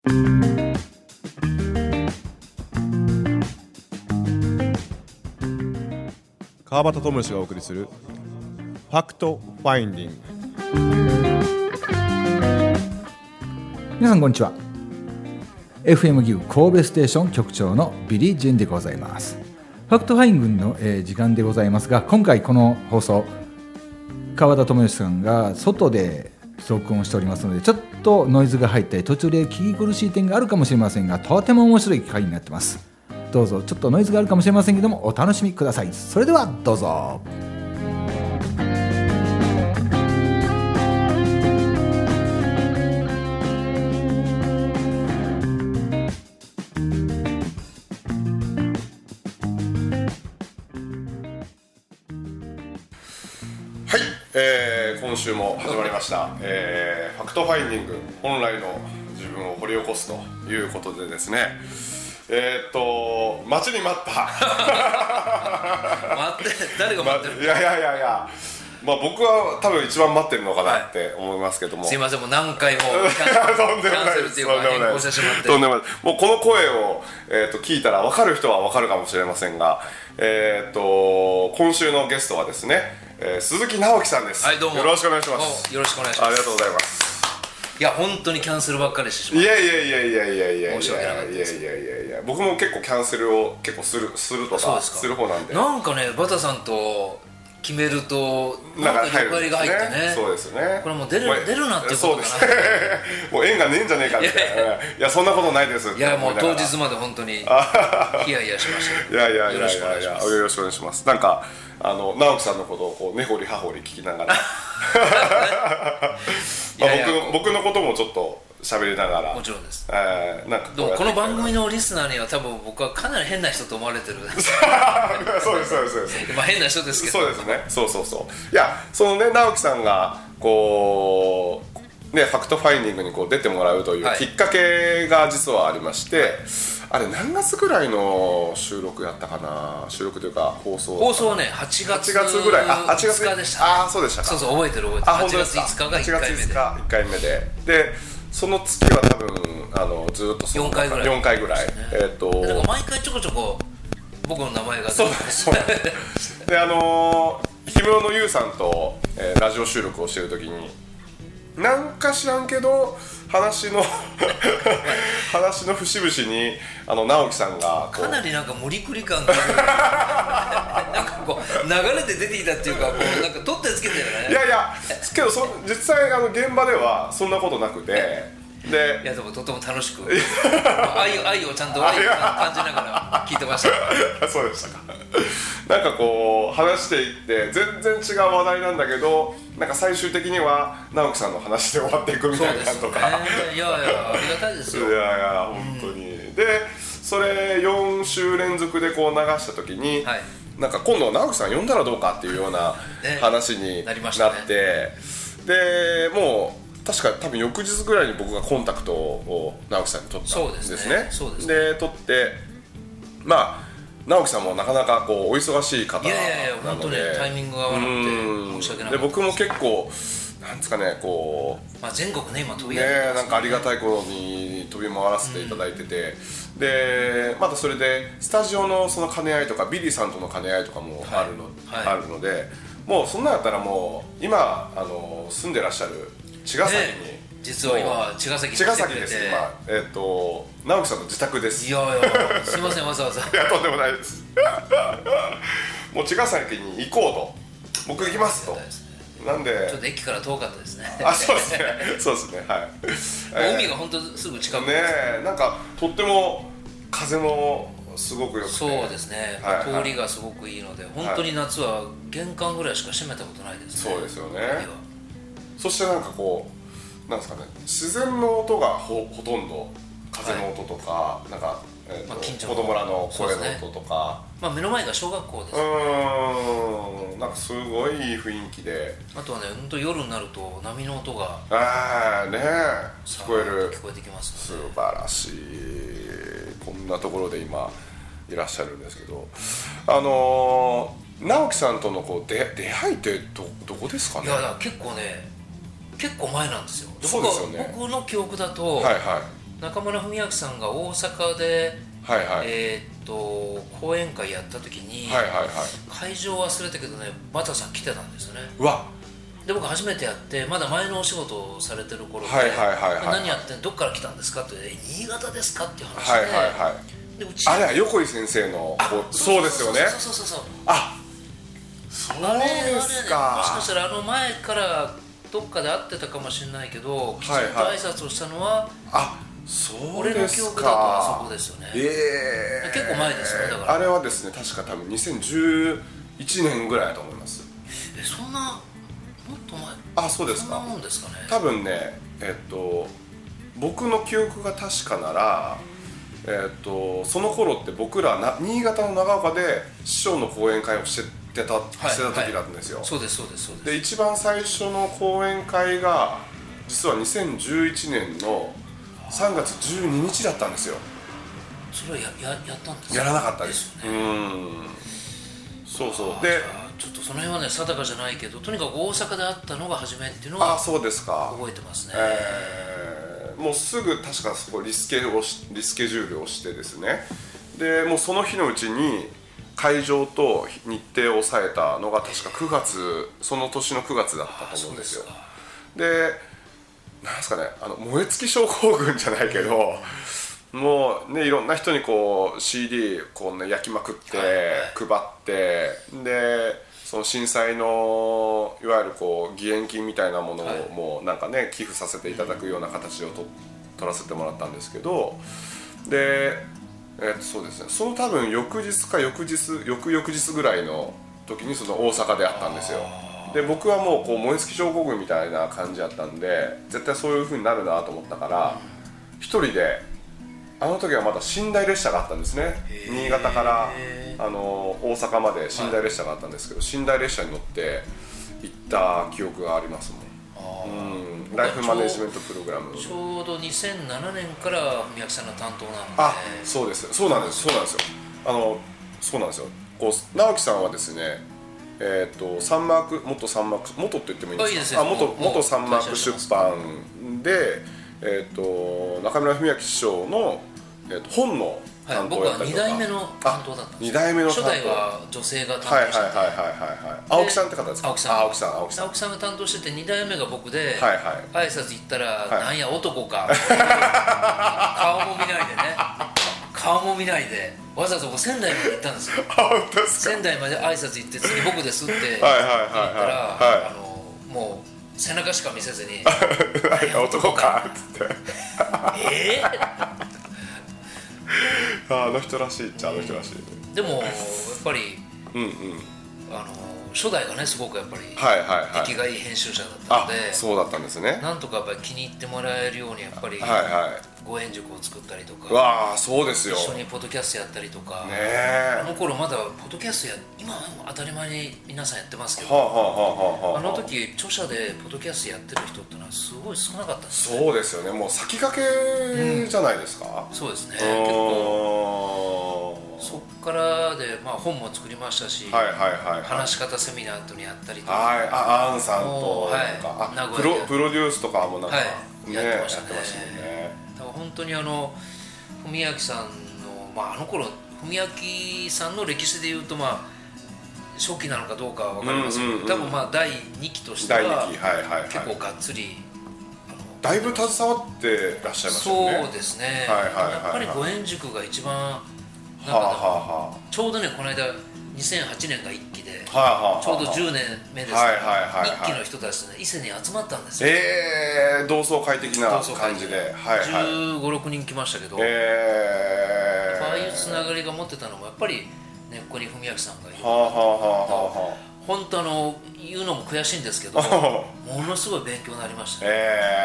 川端智之がお送りするファクトファインディング。 皆さんこんにちは。 FM ギグ神戸ステーション局長のビリー・ジェンでございます。ファクトファインディングの、時間でございますが、今回この放送川端智之さんが外で録音しておりますので、ちょっとノイズが入ったり途中で聞き苦しい点があるかもしれませんが、とても面白い回になってます。どうぞ。ちょっとノイズがあるかもしれませんけども、お楽しみください。それではどうぞ。 はい、今週も始まりました、ファクトファインディング、本来の自分を掘り起こすということでですね、待ちに待った待って、誰が待ってる、 いや、まあ、僕は多分一番待ってるのかなって思いますけども、 すいません、もう何回もキャンセルっていうか変更してしまって、 とんでもない。もうこの声を、聞いたら分かる人は分かるかもしれませんが、今週のゲストはですね、鈴木直樹さんです。 はい、どうもよろしくお願いします。 よろしくお願いします。 ありがとうございます。 いや、本当にキャンセルばっかりしてしまって、 いや申し訳なかったです。 僕も結構キャンセルを結構するとかする方なんで、 なんかね、バタさんと決めるとなんか役割が入ってね、 そうですね。 これもう出るなっていうことかな。 そうですね。もう縁がねえんじゃねえかみたいな。いや、そんなことないですって。 いや、もう当日まで本当にヒヤヒヤしました。 いやよろしくお願いします。なんか直樹さんのことをこう根掘り葉掘り聞きながら僕のこともちょっと喋りながら。 もちろんです。 なんかでもこの番組のリスナーには多分僕はかなり変な人と思われてるそうですまあ変な人ですけど、 そうですね。そういや、そのね、直樹さんがこうね、ファクトファインディングにこう出てもらうというきっかけが実はありまして、あれ何月ぐらいの収録やったかな。収録というか放送はね、8月ぐらい、8月 5日でしたね。 あ、そうでしたか。 そう覚えてる。8月5日が1回目で、 1回目でその月は多分ずっと 4回ぐらい、 4回ぐらい、 だから毎回ちょこちょこ僕の名前がそうで氷室のゆうさんと、ラジオ収録をしてる時に、なんか知らんけど話の節々に直樹さんがかなりなんか無理くり感があるなんかこう流れて出てきたっていうか、こうなんか取ってつけてるね。 いやけど実際現場ではそんなことなくて、 いや、でもとても楽しく愛をちゃんと感じながら聞いてましたそうでしたか。なんかこう話していって全然違う話題なんだけど、なんか最終的には直樹さんの話で終わっていくみたいなとか、 いやありがたいですよ。 いや本当に。でそれ4週連続でこう流した時に、なんか今度直樹さん呼んだらどうかっていうような話になって、でもう確か多分翌日ぐらいに僕がコンタクトを直樹さんに取ったんですね。で取って、まあ直樹さんもなかなかこうお忙しい方なので、 いや本当ね、タイミングが合わなくて申し訳ない。 で僕も結構なんですかね、こう、 まあ、全国ね今飛びね、なんかありがたい頃に飛び回らせていただいてて、でまたそれでスタジオのその兼ね合いとかビリーさんとの兼ね合いとかもあるので、もうそんなんやったらもう今住んでらっしゃる茅ヶ崎に、 実は今茅ヶ崎です今。直樹さんの自宅です。 いやすいません、わざわざ。 いや、とんでもないです。もう茅ヶ崎に行こうと、僕行きますと。なんでちょっと駅から遠かったですね。 そうですね、はい。 海が本当すぐ近くね。なんかとっても風もすごく良くて、 そうですね、通りがすごくいいので、本当に夏は玄関ぐらいしか閉めたことないですね。 そうですよね。そしてなんかこうなんですかね、自然の音がほとんど、風の音とか、なんか、子供らの声の音とか、 目の前が小学校です。 なんかすごいいい雰囲気で、 あとはね、本当夜になると波の音が聞こえてきます。 素晴らしい。こんなところで今いらっしゃるんですけど、直樹さんとのこう出会いってどこですかね。 いや結構前なんですよ。 そうですよね。 僕の記憶だと、 中村文明さんが大阪で、 はいはい、 講演会やった時に、 はいはいはい、 会場忘れたけどね、バタさん来てたんですよね。 うわで僕初めてやって、まだ前のお仕事をされてる頃で、 はいはいはいはい、 何やってんどっから来たんですかって、新潟ですかっていう話で、 はいはいはい、 でうちあれは横井先生のそうですよね。 そうあ、そうですか。 もしかしたら前からどっかで会ってたかもしれないけど、きちんと挨拶をしたのは、 あ、そうですか。 俺の記憶だとあそこですよね。結構前ですよね。だからあれはですね、確か多分2011年ぐらいだと思います。 そんなもっと前。 あ、そうですか。 そんなもんですかね。 多分ね、僕の記憶が確かなら、その頃って僕ら新潟の長岡で師匠の講演会をしてた時だったんですよ。 そうですそうですそうです。 で一番最初の講演会が実は2011年の3月12日だったんですよ。 それは やったんですか？ やらなかったですよね。そうそうでちょっとその辺はね定かじゃないけど、とにかく大阪であったのが初めっていうのはそうですか。 覚えてますね。 もうすぐ確かそこリスケジュールをしてですね、でもうその日のうちに会場と日程を抑えたのが確か9月、その年の9月だったと思うんですよ。でなんですかね、燃え尽き症候群じゃないけど、もうねいろんな人にこう CD こう、ね、焼きまくって配って、でその震災のいわゆるこう義援金みたいなものをもうなんかね寄付させていただくような形を取らせてもらったんですけど、でそうですね、その多分翌日か翌々日ぐらいの時にその大阪であったんですよ。で僕はもうこう燃え尽き症候群みたいな感じだったんで、絶対そういう風になるなと思ったから一人で、あの時はまだ寝台列車があったんですね。新潟から大阪まで寝台列車があったんですけど、寝台列車に乗って行った記憶がありますもん。ライフマネジメントプログラム、 ちょうど2007年から文明さんの担当なので。 そうです、そうなんですよ。そうなんですよ。こう直樹さんはですね、サンマーク元って言ってもいいんですか？元サンマーク出版で、中村文明師匠の、本の担当やったりとか、 僕は2代目の担当だったんですよ。 2代目の担当。 初代は女性が担当してて、 青木さんって方ですか？ 青木さんが担当してて、2代目が僕で、挨拶行ったら、なんや男か顔も見ないでわざわざ僕仙台まで行ったんですよ。仙台まで挨拶行って、次僕ですって言ったら、もう背中しか見せずに男かってあの人らしいっちゃあの人らしい。 でもやっぱり初代がねすごくやっぱり出来がいい編集者だったので、 そうだったんですね。 なんとかやっぱり気に入ってもらえるようにやっぱりご縁塾を作ったりとか、 わあそうですよ。 一緒にポッドキャストやったりとか、あの頃まだポッドキャスト今は当たり前に皆さんやってますけど、あの時著者でポッドキャストやってる人ってのはすごい少なかったんですね。 そうですよね。もう先駆けじゃないですか。 そうですね。結構そっからで、本も作りましたし、話し方セミナーとにやったりとか、 アンさんとなんかプロデュースとかもなんかやってましたね。だから本当に文明さんの、あの頃文明さんの歴史でいうと初期なのかどうかは分かりませんけど、多分第2期としては結構がっつりだいぶ携わってらっしゃいましたよね。 そうですね。やっぱりご縁塾が一番ちょうどねこの間2008年が1期で、ちょうど10年目ですから1期の人たちで伊勢に集まったんですよ。 同窓会的な感じで 15、16人来ましたけど、ああいうつながりが持ってたのもやっぱり根っこに文明さんがいる。本当言うのも悔しいんですけどものすごい勉強になりましたね。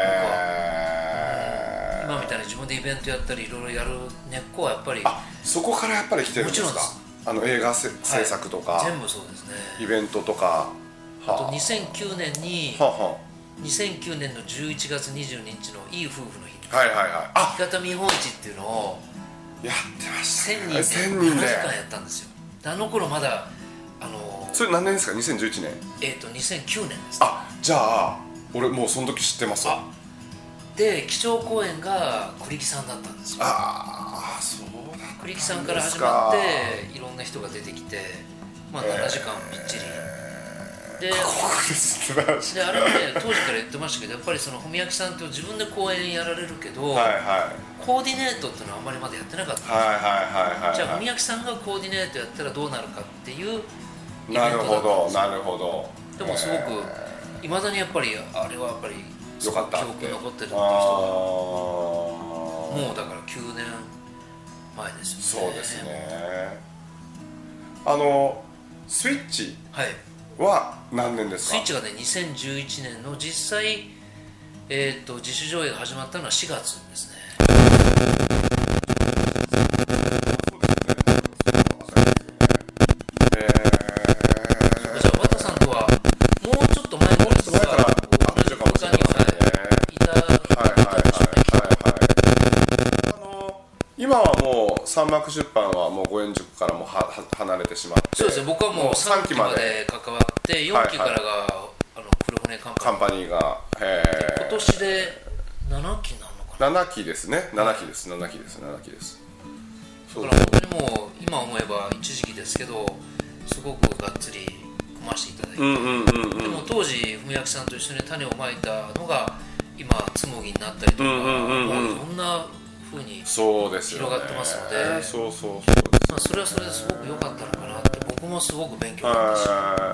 今みたいに自分でイベントやったりいろいろやる根っこはやっぱりそこからやっぱり来てるんですか？映画制作とか、 全部そうですね。 イベントとか、 あと2009年の11月22日のいい夫婦の日、生き方見本市っていうのをやってましたね。 1000人で7時間やったんですよ。あの頃まだそれ何年ですか 2009 ？2011年。 年です。 じゃあ俺もうその時知ってます。 で基調講演が栗木さんだったんですよ。 ああ、そうだ。 栗木さんから始まっていろんな人が出てきて、まあ、7時間ぴっちり、であれはね当時から言ってましたけど、やっぱりその文明さんと自分で講演やられるけど、コーディネートっていうのはあんまりまだやってなかったんですよ。じゃあ文明さんがコーディネートやったらどうなるかっていうイベントだったんですよ。 なるほど。 でもすごくいまだにやっぱりあれはやっぱりよかった記憶に残ってるっていう人がもうだから9年前ですよね。 そうですね。スイッチは何年ですか？ スイッチがね2011年の実際、自主上映が始まったのは4月ですね。じゃあ綿さんとはもうちょっと前から同じ空間にいたでしょうね。 今はもう三幕出版はもう五円塾からも離れてしまって、 そうですね、僕はもう3期まで関わって4期からが黒船カンパニーが今年で7期なのかな。 7期ですね。7期です。だから本当にもう今思えば一時期ですけどすごくがっつり組ませていただいて、でも当時文明さんと一緒に種をまいたのが今つむぎになったりとか、もういろんな風に広がってますので、それはそれですごく良かったのかなって僕もすごく勉強になったし、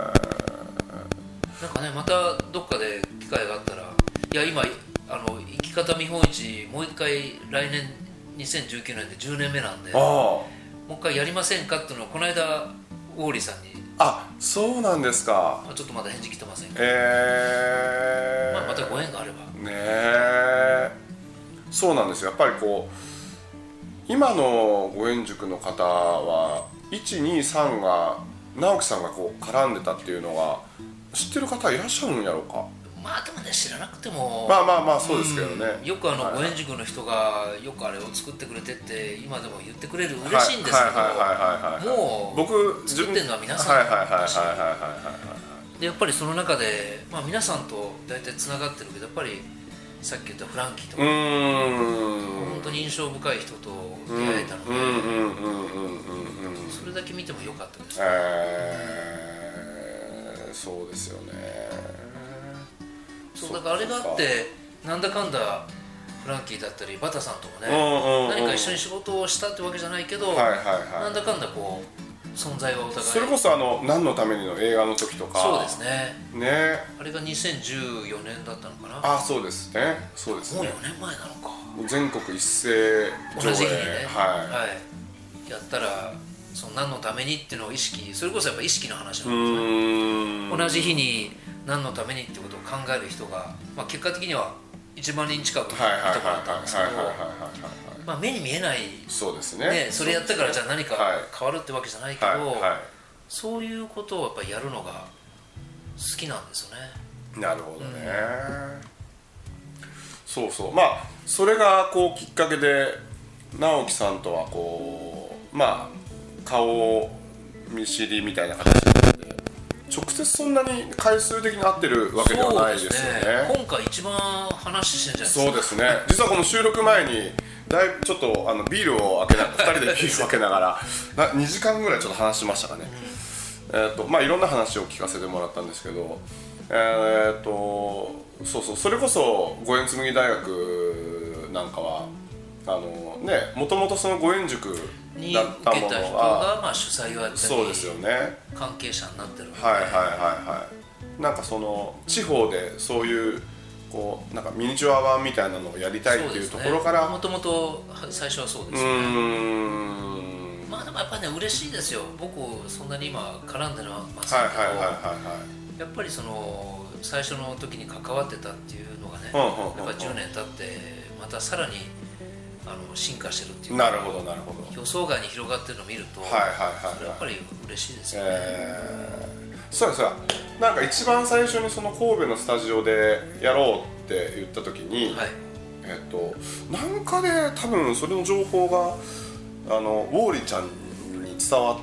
なんかねまたどっかで機会があったら、いや今生き方見本市もう一回来年2019年で10年目なんで、もう一回やりませんかっていうのをこの間ウォーリーさんに。 そうなんですか。 ちょっとまだ返事来てませんけど、またご縁があればね。そうなんですよ。やっぱりこう今の五円塾の方は1、2、3が直樹さんがこう絡んでたっていうのが知ってる方いらっしゃるんやろうか。 まあでもね知らなくてもそうですけどね、 よく五円塾の人がよくあれを作ってくれてって今でも言ってくれる嬉しいんですけど、もう僕作ってるのは皆さんだし、でやっぱりその中で、皆さんと大体つながってるけど、やっぱりさっき言ったフランキーとか本当に印象深い人と出会えたので、それだけ見てもよかったですね。 そうですよね。 そうだからあれがあってなんだかんだフランキーだったりバタさんともね、何か一緒に仕事をしたってわけじゃないけど、なんだかんだこう存在はお互い、 それこそ何のためにの映画の時とか、 そうですね、あれが2014年だったのかな。 そうですね。もう 4年前なのか。 全国一斉上映、 同じ日にね、やったらその何のためにっていうのを意識、それこそやっぱ意識の話なんですね。同じ日に何のためにってことを考える人が、結果的には1万人近くいたところだったんですけど、目に見えない、 そうですね、 それやったからじゃあ何か変わるってわけじゃないけど、そういうことをやっぱりやるのが好きなんですよね。 なるほどね、そうそう、それがこうきっかけで直樹さんとはこう顔見知りみたいな形になって、直接そんなに回数的に会ってるわけではないですよね。 今回一番話してるんじゃないですか。 そうですね。実はこの収録前にだいぶちょっとビールを開けながら2人でビールを開けながら2時間ぐらいちょっと話しましたかね。いろんな話を聞かせてもらったんですけど、それこそ五円紬大学なんかはもともとその五円塾に受けた人が主催をやったり、 そうですよね、 関係者になってるので、 なんかその地方でそういうこうなんかミニチュア版みたいなのをやりたいっていうところから、 もともと最初はそうですよね。でもやっぱりね嬉しいですよ。僕そんなに今絡んでますけど、やっぱりその最初の時に関わってたっていうのがね、やっぱり10年経ってまたさらに進化してるっていうか、予想外に広がってるのを見ると、それはやっぱり嬉しいですよね。 そうです。なんか一番最初にその神戸のスタジオでやろうって言った時に、なんかで多分それの情報がウォーリーちゃんに伝わって、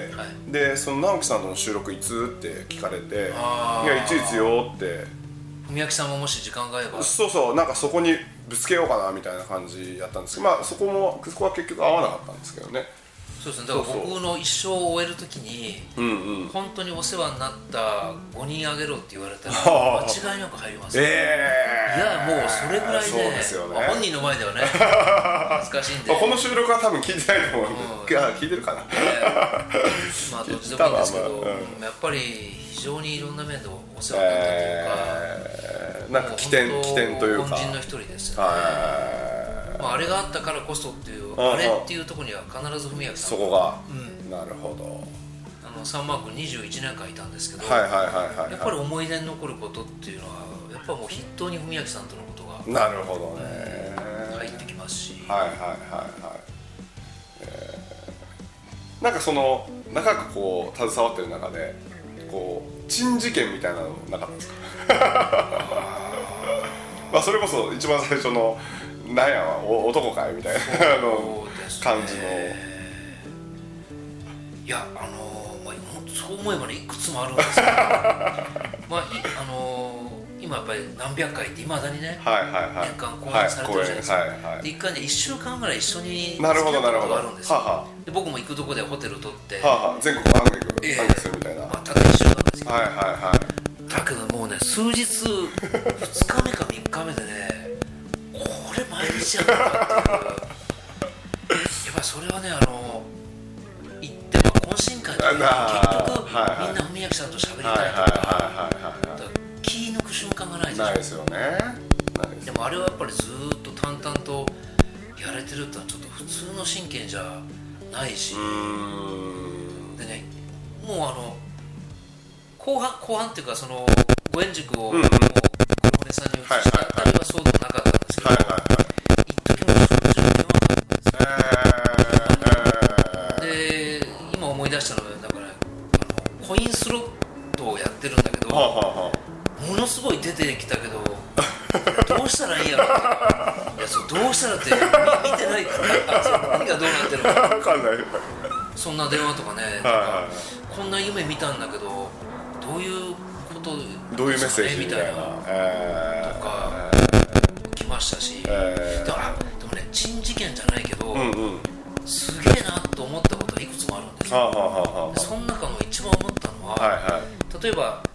でその直樹さんとの収録いつって聞かれて、いやいついつよって文文明さんももし時間があればそうなんかそこにぶつけようかなみたいな感じやったんですけど、まあそこは結局合わなかったんですけどね。 そうですね、だから僕の一生を終えるときに、本当にお世話になった5人あげろって言われたら間違いなく入ります、ね。いやもうそれぐらいそうですよね、 本人の前ではね難しいんでこの収録は多分聞いてないと思うんで、聞いてるかな、 まあどっちでもいいんですけど、やっぱり非常にいろんな面でお世話になったというか、 なんか起点というか恩人の一人ですよね。まあ、あれがあったからこそっていうあれっていうところには必ず文明さんそこが、なるほど。 サンマーク21年間いたんですけど、 やっぱり思い出に残ることっていうのはやっぱもう筆頭に文明さんとのことがなるほどね、 入ってきますし、 なんかその長くこう携わってる中でこう珍事件みたいなのなかったですかまあそれこそ一番最初のなんや男かいみたいな感じの。 いやまあ、そう思えばねいくつもあるんですけどまあ今やっぱり何百回っていまだにね、年間公演されてるじゃないですか。で1回ね1週間ぐらい一緒に付き合ったことがあるんですよ。で僕も行くとこでホテル取って、 全国アングするみたいな、 まあ、ただ1週間なんですけど、だけどもうね数日2日目か3日目でねこれ毎日やったかっていうやっぱりそれはね行って懇親会とか結局みんな文明さんと喋りたいとか気抜く瞬間がないでしょ。 ないですよね。 でもあれはやっぱりずっと淡々とやれてるってのはちょっと普通の神経じゃないし、でねもう後半っていうかそのご縁軸をもう小骨さんに移したあたりはそうでもなかったんですけど、一時もしょっちゅう電話があったんですよ。で今思い出したのはだからコインスロットをやってるんだけど、ものすごい出てきたけどどうしたらいいやろっていやそうどうしたらって見てないから何がどうなってるのか分かんないそんな電話とかね、こんな夢見たんだけどどういうことどういうメッセージみたいなとか来ましたし、でもね珍事件じゃないけど、すげえなと思ったことがいくつもあるんですよ。その中の一番思ったのは、例えば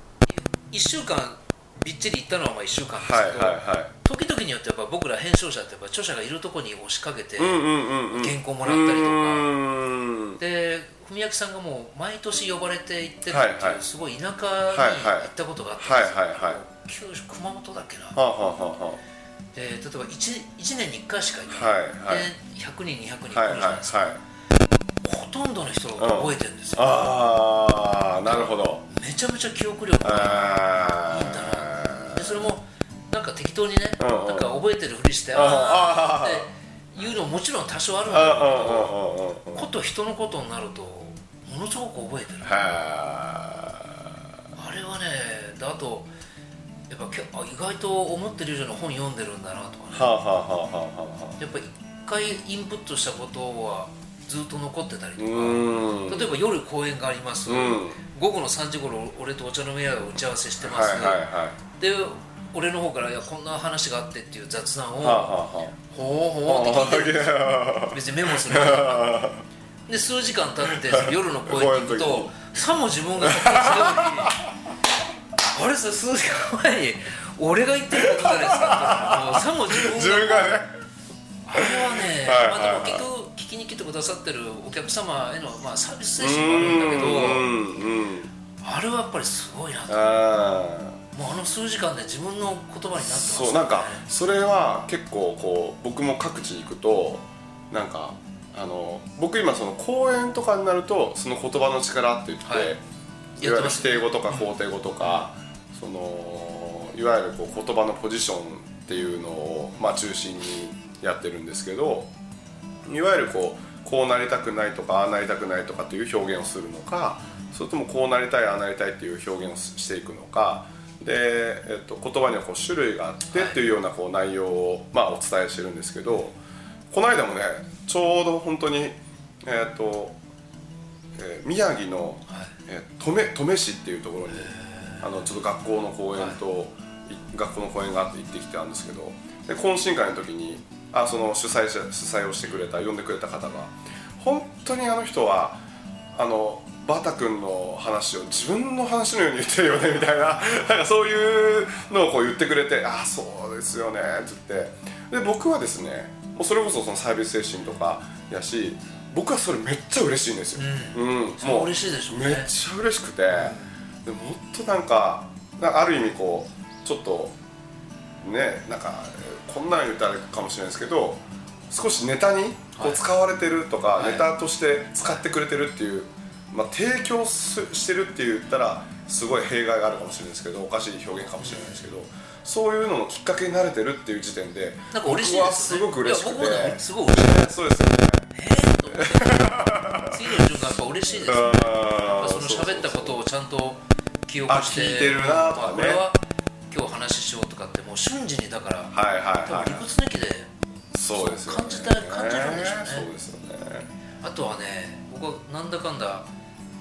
1週間びっちり行ったのは1週間ですけど、時々によってやっぱ僕ら編集者ってやっぱ著者がいるところに押しかけて原稿もらったりとかで、文明さんがもう毎年呼ばれて行ってるっていうすごい田舎に行ったことがあったんですよ。九州熊本だっけな。で例えば 1年に1回しか行かない、で100人200人来るじゃないですか。ほとんどの人が覚えてるんですよ。 なるほど。 めちゃめちゃ記憶力がいいんだな。でそれもなんか適当にね、なんか覚えてるふりしてっていうのももちろん多少あるんだけど、こと人のことになるとものすごく覚えてる。あれはね、あとやっぱ意外と思ってる以上の本読んでるんだなとかね。やっぱ一回インプットしたことはずっと残ってたりとか、例えば夜公演があります、午後の3時頃俺とお茶の目屋を打ち合わせしてます、で俺の方からいやこんな話があってっていう雑談をほうほうって聞いてる別にメモするで数時間経って夜の公演に行くとさも自分が勝手に違うのにあれさ数時間前に俺が言ってることじゃないですかさも自分がねあれはね、でも結局聞きに来てくださってるお客様への、サービス精神もあるんだけど、あれはやっぱりすごいなと。もう数時間で自分の言葉になってますね。 そう、なんかそれは結構こう僕も各地に行くとなんか僕今その講演とかになるとその言葉の力って言って、いわゆる否定語とか肯定語とか、そのいわゆるこう言葉のポジションっていうのを中心にやってるんですけど、いわゆるこうなりたくないとかああなりたくないとかっていう表現をするのか、それともこうなりたいああなりたいっていう表現をしていくのかで、言葉にはこう種類があってっていうようなこう内容をお伝えしてるんですけど、この間もねちょうど本当に宮城の登米市っていうところにちょっと学校の講演と学校の講演があって行ってきたんですけど、で懇親会の時にその主催をしてくれた呼んでくれた方が本当にあの人はバタ君の話を自分の話のように言ってるよねみたいな、なんかそういうのをこう言ってくれて、そうですよねって言って、で僕はですねもうそれこそそのサービス精神とかやし、僕はそれめっちゃ嬉しいんですよ。 もう嬉しいでしょうね。 めっちゃ嬉しくて、でもっとなんかある意味こうちょっとね、なんかこんなん言ったらあれかもしれないですけど、少しネタにこう使われてるとか、ネタとして使ってくれてるっていう、提供してるって言ったらすごい弊害があるかもしれないですけど、おかしい表現かもしれないですけど、そういうののきっかけになれてるっていう時点で僕はすごく嬉しくて、 僕はすごい嬉しい。 そうですよね。 と思って次の瞬間やっぱ嬉しいですよね。その喋ったことをちゃんと記憶して、 聞いてるなとかね、 これは今日話しようとかってもう瞬時にだから、多分理屈抜きでそうですよね、 感じるんでしょうね。 そうですよね。 あとはね、僕はなんだかんだ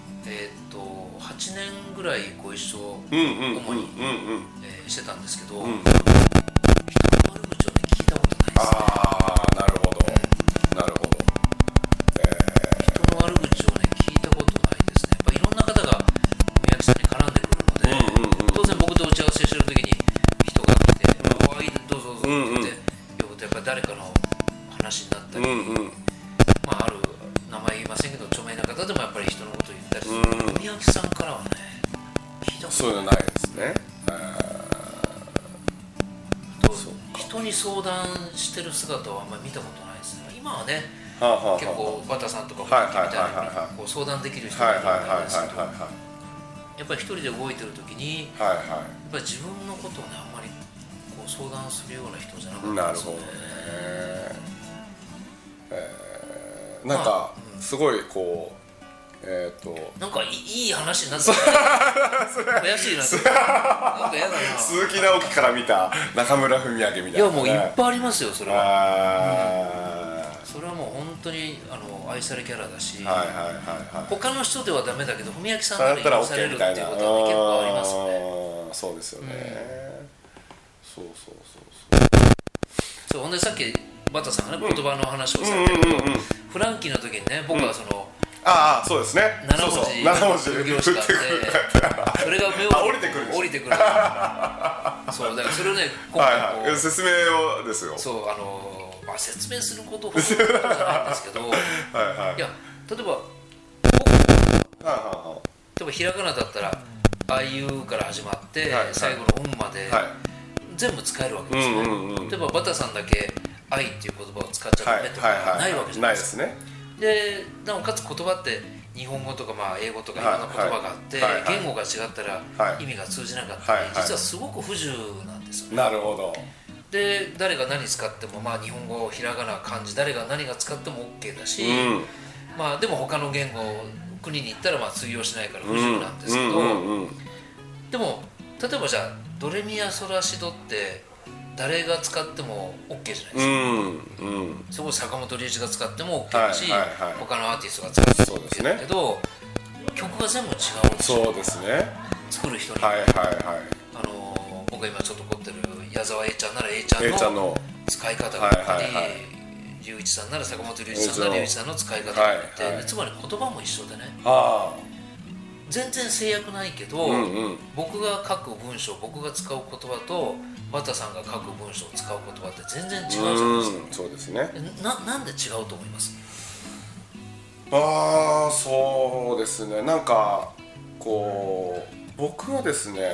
8年ぐらいご一緒主にしてたんですけど、人の悪口をね聞いたことないですね。 なるほど、なるほど。 人の悪口をね聞いたことないですね。やっぱいろんな方が宮城さんに絡んでくるので、当然僕と打ち合わせしてる時に人が来て「どうぞどうぞ」って言って呼ぶとやっぱり誰かの話になったり、ある名前言いませんけど著名な方でもやっぱり人のことを言ったりする。宮城さんからはね聞いたことない。 そういうのないですね。 人に相談してる姿はあんまり見たことないですね。今はね、結構バタさんとかみたいにこう相談できる人がいるんですけど、やっぱり一人で動いてる時に、やっぱり自分のことをねあんまりこう相談するような人じゃなかったですよね。 なんかすごいこうなんかいい話になって悔しいなってなんか嫌だな。 鈴木直樹から見た中村文明みたいな、 いやもういっぱいありますよそれは。それはもう本当に愛されキャラだし、他の人ではダメだけど文明さんなら許されるっていうことは結構ありますよね。 そうですよね。 そうほんでさっきバタさんがね言葉の話をされたけど、フランキーの時にね僕はそのそうですね。 7文字行詞があって、それが目を降りてくる。そうだからそれをね今回説明をですよ。 そう説明することほどじゃないんですけど、いや例えばひらがなだったらあいうから始まって最後のうんまで全部使えるわけですね。例えばバタさんだけ愛っていう言葉を使っちゃダメとかないわけじゃないですか。でなおかつ言葉って日本語とか英語とかいろんな言葉があって、言語が違ったら意味が通じなかったり、実はすごく不自由なんですよね。 なるほど。 で誰が何使っても日本語ひらがな漢字誰が何が使っても OK だし、でも他の言語国に行ったら通用しないから不自由なんですけど、でも例えばじゃあドレミアソラシドって誰が使っても OK じゃないですか。そこ坂本龍一が使っても OK だし、他のアーティストが使っても OK だけど、曲が全部違うんですよ。 そうですね。 作る人に。僕が今ちょっと凝ってる矢沢 A ちゃんなら A ちゃんの使い方があったり、龍一さんなら坂本龍一さんなら龍一さんの使い方があって、つまり言葉も一緒でね。全然制約ないけど、僕が書く文章僕が使う言葉とバタさんが書く文章を使う言葉って全然違うじゃないですか。 そうですね。 なんで違うと思います？ そうですね。なんかこう僕はですね、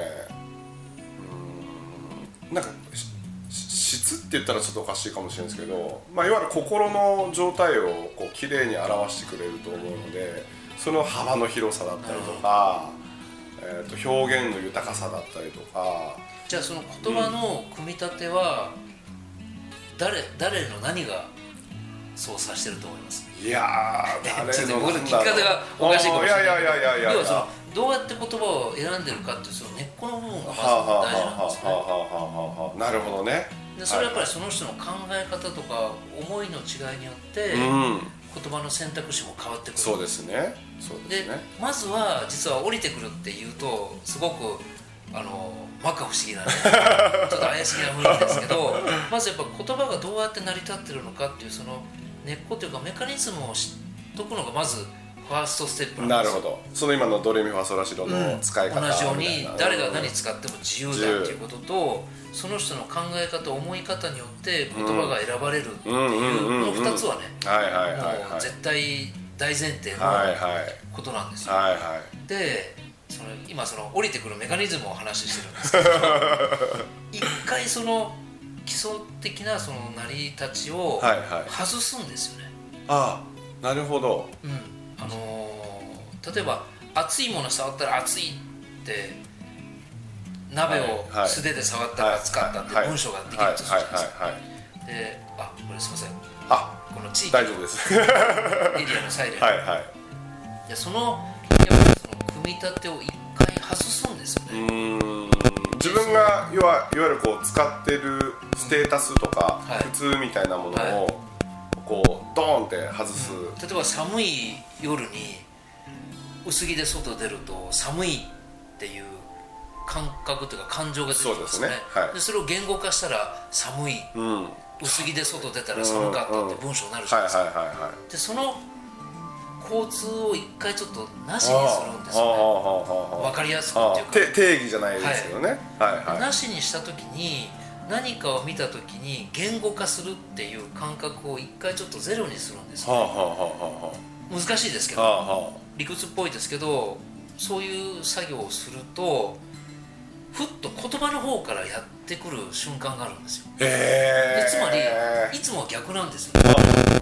なんか質って言ったらちょっとおかしいかもしれないですけど、いわゆる心の状態をこう綺麗に表してくれると思うので、その幅の広さだったりとか、表現の豊かさだったりとか。 じゃあその言葉の組み立ては誰の何がそうさしてると思います？ いや誰の僕の聞き方がおかしいかもしれない。要はそのどうやって言葉を選んでるかっていうその根っこの部分がまず大事なんですね。 なるほどね。 でそれはやっぱりその人の考え方とか思いの違いによって言葉の選択肢も変わってくる。 そうですね。 でまずは実は降りてくるっていうとすごく摩訶不思議なねちょっと怪しげな雰囲気ですけどまずやっぱ言葉がどうやって成り立ってるのかっていうその根っこというかメカニズムを知っとくのがまずファーストステップなんですよ。 なるほど。その今のドレミファソラシドの使い方、 同じように誰が何使っても自由だっていうことと、その人の考え方思い方によって言葉が選ばれるっていうこの2つはねもう絶対大前提のことなんですよ。で今その降りてくるメカニズムをお話ししてるんですけど一回その基礎的なその成り立ちを外すんですよね。 ああ、なるほど。 例えば熱いもの触ったら熱いって鍋を素手で触ったら熱かったって文章ができるとするじゃないですか。で、これすいません。この地域のエリアのサイレン。でその組み立てを一回外すんですよね。 自分がいわゆるこう使ってるステータスとか普通みたいなものをこうドーンって外す。 例えば寒い夜に薄着で外出ると寒いっていう感覚というか感情が出てきますね。でそれを言語化したら寒い、薄着で外出たら寒かったって文章になるじゃないですか。でその交通を一回ちょっとなしにするんですよね。分かりやすくっていうか定義じゃないですけどね。 なしにした時に何かを見た時に言語化するっていう感覚を一回ちょっとゼロにするんですよ。難しいですけど理屈っぽいですけどそういう作業をするとふっと言葉の方からやってくる瞬間があるんですよ。でつまりいつもは逆なんですよね。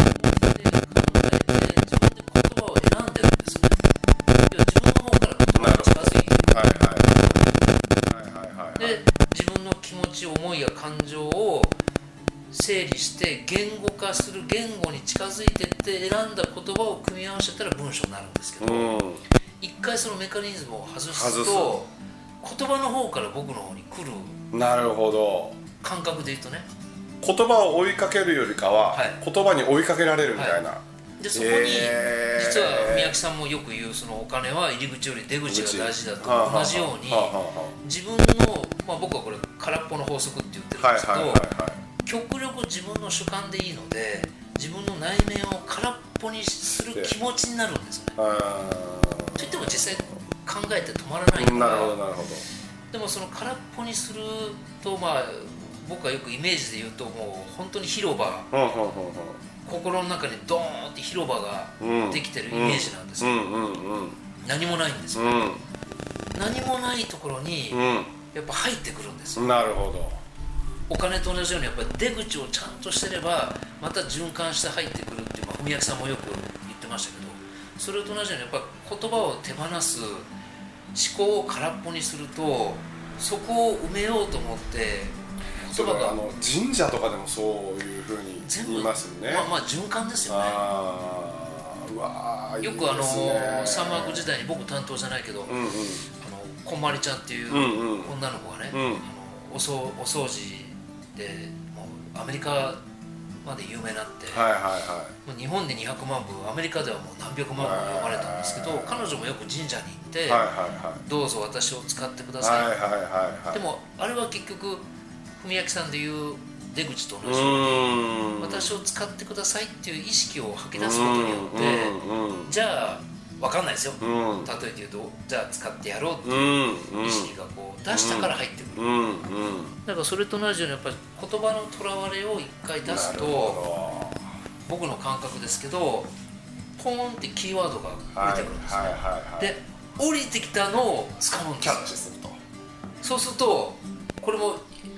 思いや感情を整理して言語化する言語に近づいていって選んだ言葉を組み合わせたら文章になるんですけど、一回そのメカニズムを外すと言葉の方から僕の方に来る。 なるほど。 感覚で言うとね、 言葉を追いかけるよりかは、言葉に追いかけられるみたいな。 でそこに実は宮城さんもよく言うそのお金は入り口より出口が大事だと同じように自分の、僕はこれ空っぽの法則って言ってるんですけど、極力自分の主観でいいので自分の内面を空っぽにする気持ちになるんですよね。といっても実際考えて止まらないから。 なるほどなるほど。 でもその空っぽにすると僕はよくイメージで言うともう本当に広場、心の中にドーンって広場ができてるイメージなんですよ。何もないんですよ。何もないところにやっぱ入ってくるんですよ。 なるほど。 お金と同じようにやっぱり出口をちゃんとしてればまた循環して入ってくるっていう文明さんもよく言ってましたけど、それと同じようにやっぱ言葉を手放す思考を空っぽにするとそこを埋めようと思って言葉が神社とかでもそういうふうに言いますよね。 循環ですよね。 うわよくサンマーク時代に僕担当じゃないけど、こんまりちゃんっていう女の子がね、お掃除でもうアメリカまで有名になって、もう日本で200万部アメリカではもう何百万部読まれたんですけど、彼女もよく神社に行って、どうぞ私を使ってください。でもあれは結局文明さんでいう出口と同じように私を使ってくださいっていう意識を吐き出すことによってじゃあ分かんないですよ、例えて言うとじゃあ使ってやろうっていう意識がこう出したから入ってくる。だからそれと同じようにやっぱり言葉のとらわれを一回出すと僕の感覚ですけどポーンってキーワードが降りてくるんですね。で降りてきたのを掴むんですよ。 キャッチすると。 そうするとこれも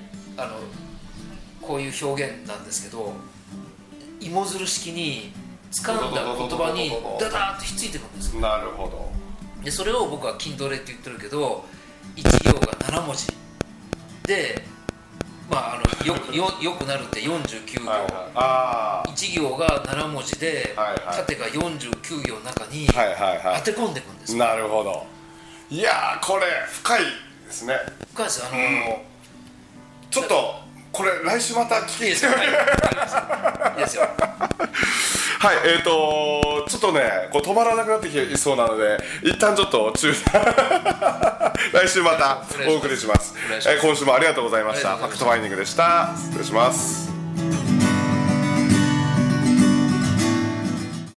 こういう表現なんですけど芋づる式に掴んだ言葉にダダーッとひっついてくるんですよ。 なるほど。 でそれを僕は筋トレって言ってるけど1行が7文字でよくなるって49行、1行が7文字で、縦が49行の中に当て込んでいくんですよ。 なるほど。いやーこれ深いですね。 深いですちょっとこれ来週また聞きたいですよ。 いいですよ。 はい、 ちょっとねこう止まらなくなってきそうなので一旦ちょっと中断来週またお送りします。今週もありがとうございました。ファクトファインディングでした。失礼します。